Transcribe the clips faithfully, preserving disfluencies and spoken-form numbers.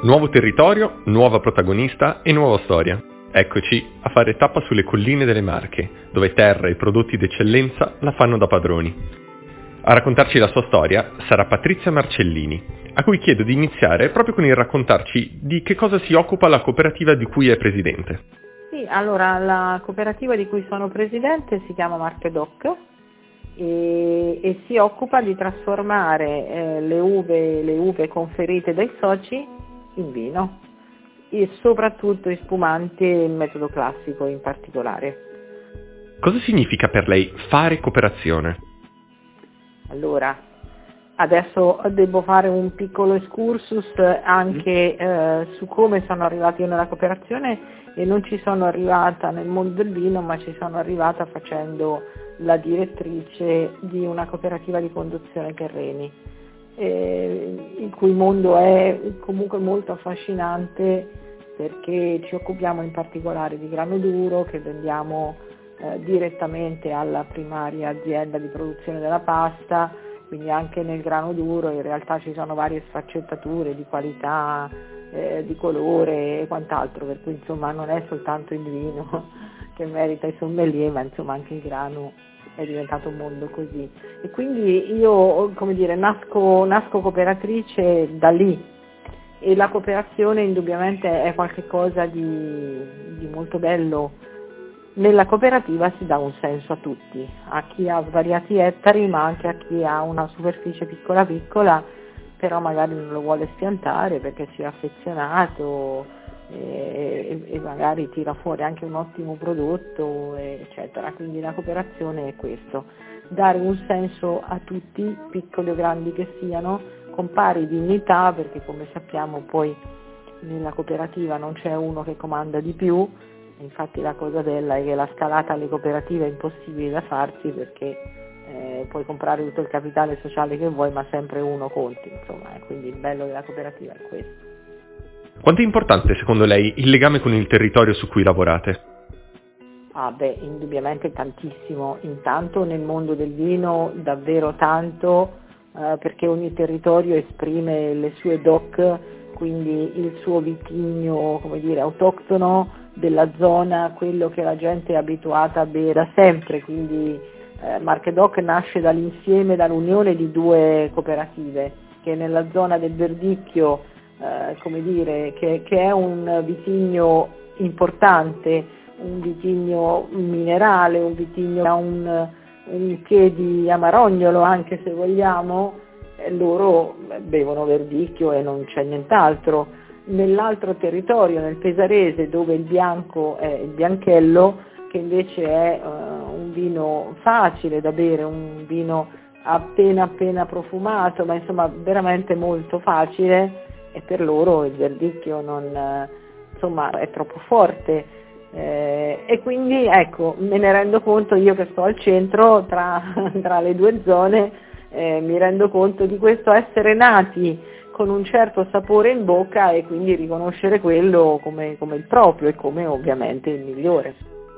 Nuovo territorio, nuova protagonista e nuova storia. Eccoci a fare tappa sulle colline delle Marche, dove terra e prodotti d'eccellenza la fanno da padroni. A raccontarci la sua storia sarà Patrizia Marcellini, a cui chiedo di iniziare proprio con il raccontarci di che cosa si occupa la cooperativa di cui è presidente. Sì, allora la cooperativa di cui sono presidente si chiama Marchedoc e, e si occupa di trasformare eh, le uve, le uve conferite dai soci in vino e soprattutto in spumanti e in metodo classico in particolare. Cosa significa per lei fare cooperazione? Allora, adesso devo fare un piccolo excursus anche eh, su come sono arrivata io nella cooperazione e non ci sono arrivata nel mondo del vino, ma ci sono arrivata facendo la direttrice di una cooperativa di conduzione terreni, eh, il cui mondo è comunque molto affascinante perché ci occupiamo in particolare di grano duro che vendiamo eh, direttamente alla primaria azienda di produzione della pasta, quindi anche nel grano duro in realtà ci sono varie sfaccettature di qualità, eh, di colore e quant'altro, per cui insomma non è soltanto il vino che merita i sommelier, ma insomma anche il grano è diventato un mondo così. E quindi io, come dire, nasco, nasco cooperatrice da lì e la cooperazione indubbiamente è qualcosa di, di molto bello. Nella cooperativa si dà un senso a tutti, a chi ha svariati ettari ma anche a chi ha una superficie piccola piccola, però magari non lo vuole spiantare perché si è affezionato e, e magari tira fuori anche un ottimo prodotto, eccetera. Quindi la cooperazione è questo, dare un senso a tutti, piccoli o grandi che siano, con pari dignità, perché come sappiamo poi nella cooperativa non c'è uno che comanda di più. Infatti la cosa bella è che la scalata alle cooperative è impossibile da farsi perché eh, puoi comprare tutto il capitale sociale che vuoi ma sempre uno conti, insomma, e quindi il bello della cooperativa è questo. Quanto è importante secondo lei il legame con il territorio su cui lavorate? Ah beh, indubbiamente tantissimo, intanto nel mondo del vino davvero tanto eh, perché ogni territorio esprime le sue D O C, quindi il suo vitigno, come dire, autoctono della zona, quello che la gente è abituata a bere da sempre, quindi eh, Marchedoc nasce dall'insieme, dall'unione di due cooperative, che nella zona del Verdicchio, eh, come dire, che, che è un vitigno importante, un vitigno minerale, un vitigno che ha un, un che di amarognolo anche se vogliamo, eh, loro bevono Verdicchio e non c'è nient'altro. Nell'altro territorio, nel Pesarese, dove il bianco è il bianchello, che invece è uh, un vino facile da bere, un vino appena appena profumato, ma insomma veramente molto facile, e per loro il verdicchio non, uh, insomma, è troppo forte. Eh, e quindi ecco, me ne rendo conto io che sto al centro tra, tra le due zone, eh, mi rendo conto di questo essere nati con un certo sapore in bocca e quindi riconoscere quello come, come il proprio e come ovviamente il migliore.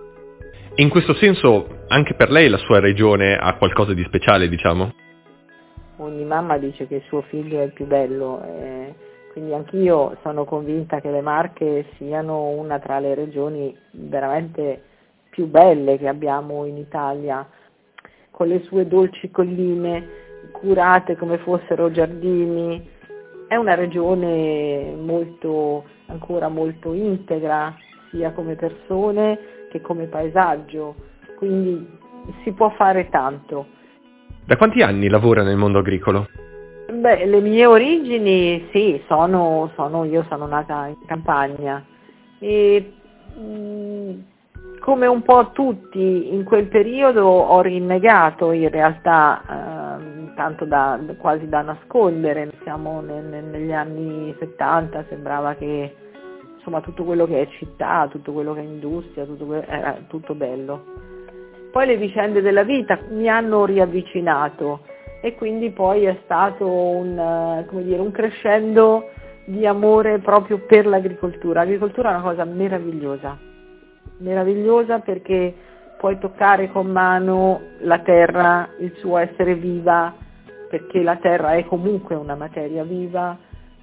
In questo senso anche per lei la sua regione ha qualcosa di speciale, diciamo? Ogni mamma dice che il suo figlio è il più bello, eh, quindi anch'io sono convinta che le Marche siano una tra le regioni veramente più belle che abbiamo in Italia, con le sue dolci colline curate come fossero giardini. È una regione molto, ancora molto integra, sia come persone che come paesaggio, quindi si può fare tanto. Da quanti anni lavora nel mondo agricolo? Beh, le mie origini, sì, sono, sono io sono nata in campagna e mh, come un po' tutti in quel periodo ho rinnegato in realtà, eh, tanto da quasi da nascondere. Siamo nel, negli anni settanta, sembrava che insomma tutto quello che è città, tutto quello che è industria, tutto que- era tutto bello. Poi le vicende della vita mi hanno riavvicinato e quindi poi è stato un, come dire, un crescendo di amore proprio per l'agricoltura. L'agricoltura è una cosa meravigliosa, meravigliosa perché puoi toccare con mano la terra, il suo essere viva, perché la terra è comunque una materia viva,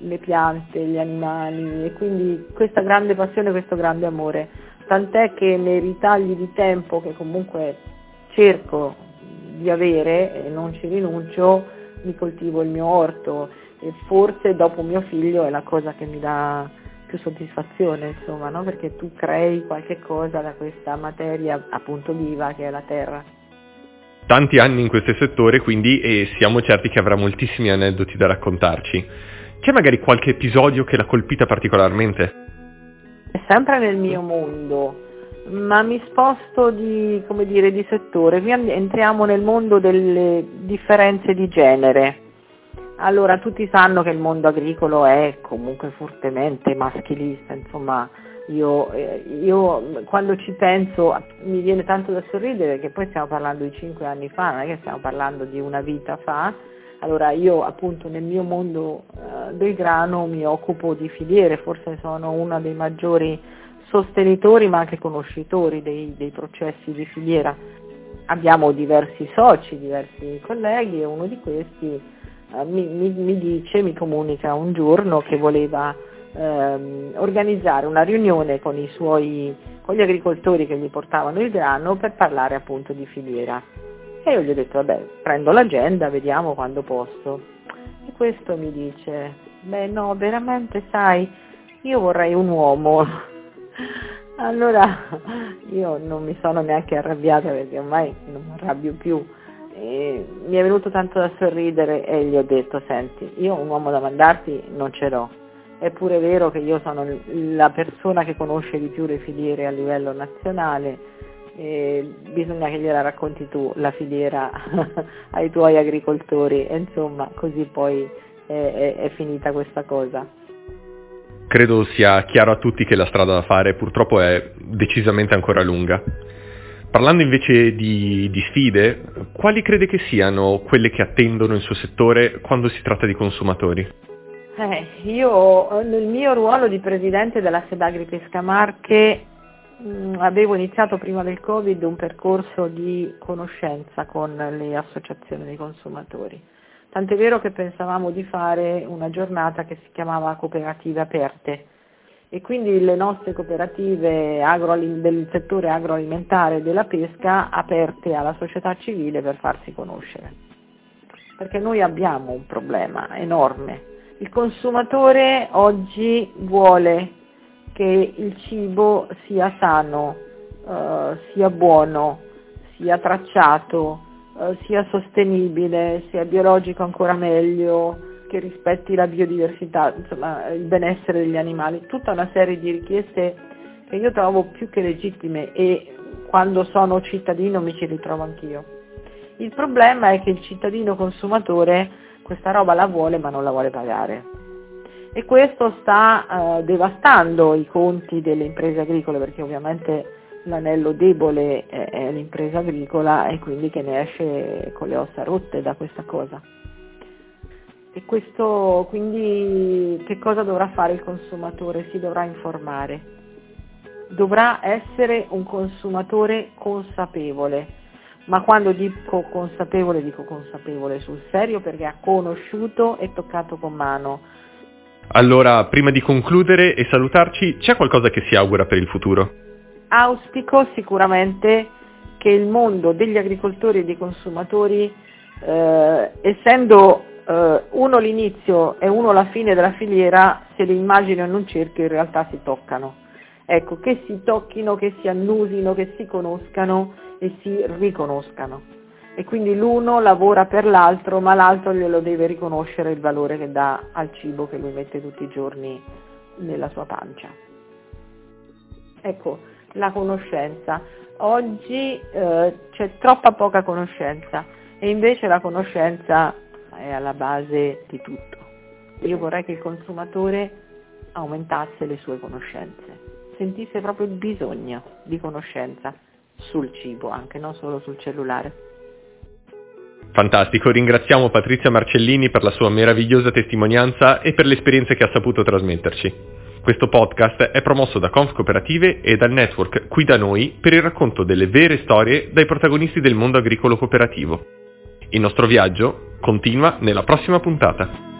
le piante, gli animali, e quindi questa grande passione, questo grande amore, tant'è che nei ritagli di tempo che comunque cerco di avere e non ci rinuncio, mi coltivo il mio orto, e forse dopo mio figlio è la cosa che mi dà più soddisfazione, insomma, no? Perché tu crei qualche cosa da questa materia appunto viva che è la terra. Tanti anni in questo settore, quindi, e siamo certi che avrà moltissimi aneddoti da raccontarci. C'è magari qualche episodio che l'ha colpita particolarmente? È sempre nel mio mondo, ma mi sposto di, come dire, di settore. Qui entriamo nel mondo delle differenze di genere. Allora, tutti sanno che il mondo agricolo è comunque fortemente maschilista, insomma, io, io quando ci penso mi viene tanto da sorridere, che poi stiamo parlando di cinque anni fa, non è che stiamo parlando di una vita fa. Allora, io appunto nel mio mondo eh, del grano mi occupo di filiere, forse sono uno dei maggiori sostenitori ma anche conoscitori dei, dei processi di filiera. Abbiamo diversi soci, diversi colleghi, e uno di questi Mi, mi, mi dice, mi comunica un giorno che voleva ehm, organizzare una riunione con i suoi, con gli agricoltori che gli portavano il grano per parlare appunto di filiera. E io gli ho detto, vabbè, prendo l'agenda, vediamo quando posso. E questo mi dice, beh no, veramente sai, io vorrei un uomo. Allora io non mi sono neanche arrabbiata, perché ormai non mi arrabbio più. E mi è venuto tanto da sorridere e gli ho detto, senti, io un uomo da mandarti non ce l'ho, è pure vero che io sono la persona che conosce di più le filiere a livello nazionale, e bisogna che gliela racconti tu la filiera ai tuoi agricoltori, e insomma così poi è, è, è finita questa cosa. Credo sia chiaro a tutti che la strada da fare purtroppo è decisamente ancora lunga. Parlando invece di, di sfide, quali crede che siano quelle che attendono il suo settore quando si tratta di consumatori? Eh, io nel mio ruolo di presidente della Sedagri Pesca Marche mh, avevo iniziato prima del Covid un percorso di conoscenza con le associazioni dei consumatori. Tant'è vero che pensavamo di fare una giornata che si chiamava Cooperative Aperte, e quindi le nostre cooperative agro, del settore agroalimentare e della pesca aperte alla società civile per farsi conoscere. Perché noi abbiamo un problema enorme. Il consumatore oggi vuole che il cibo sia sano, eh, sia buono, sia tracciato, eh, sia sostenibile, sia biologico ancora meglio, che rispetti la biodiversità, insomma il benessere degli animali, tutta una serie di richieste che io trovo più che legittime, e quando sono cittadino mi ci ritrovo anch'io. Il problema è che il cittadino consumatore questa roba la vuole ma non la vuole pagare, e questo sta eh, devastando i conti delle imprese agricole, perché ovviamente l'anello debole è, è l'impresa agricola, e quindi che ne esce con le ossa rotte da questa cosa. E questo, quindi, che cosa dovrà fare il consumatore? Si dovrà informare, dovrà essere un consumatore consapevole, ma quando dico consapevole dico consapevole sul serio, perché ha conosciuto e toccato con mano. Allora, prima di concludere e salutarci, c'è qualcosa che si augura per il futuro? Auspico sicuramente che il mondo degli agricoltori e dei consumatori, eh, essendo Uh, uno l'inizio e uno la fine della filiera, se li immagino in un cerchio in realtà si toccano. Ecco, che si tocchino, che si annusino, che si conoscano e si riconoscano. E quindi l'uno lavora per l'altro, ma l'altro glielo deve riconoscere il valore che dà al cibo che lui mette tutti i giorni nella sua pancia. Ecco, la conoscenza. Oggi uh, c'è troppa poca conoscenza, e invece la conoscenza è alla base di tutto. Io vorrei che il consumatore aumentasse le sue conoscenze, sentisse proprio il bisogno di conoscenza sul cibo, anche non solo sul cellulare. Fantastico, ringraziamo Patrizia Marcellini per la sua meravigliosa testimonianza e per l'esperienza che ha saputo trasmetterci. Questo podcast è promosso da Conf Cooperative e dal network Qui da Noi per il racconto delle vere storie dai protagonisti del mondo agricolo cooperativo. Il nostro viaggio continua nella prossima puntata.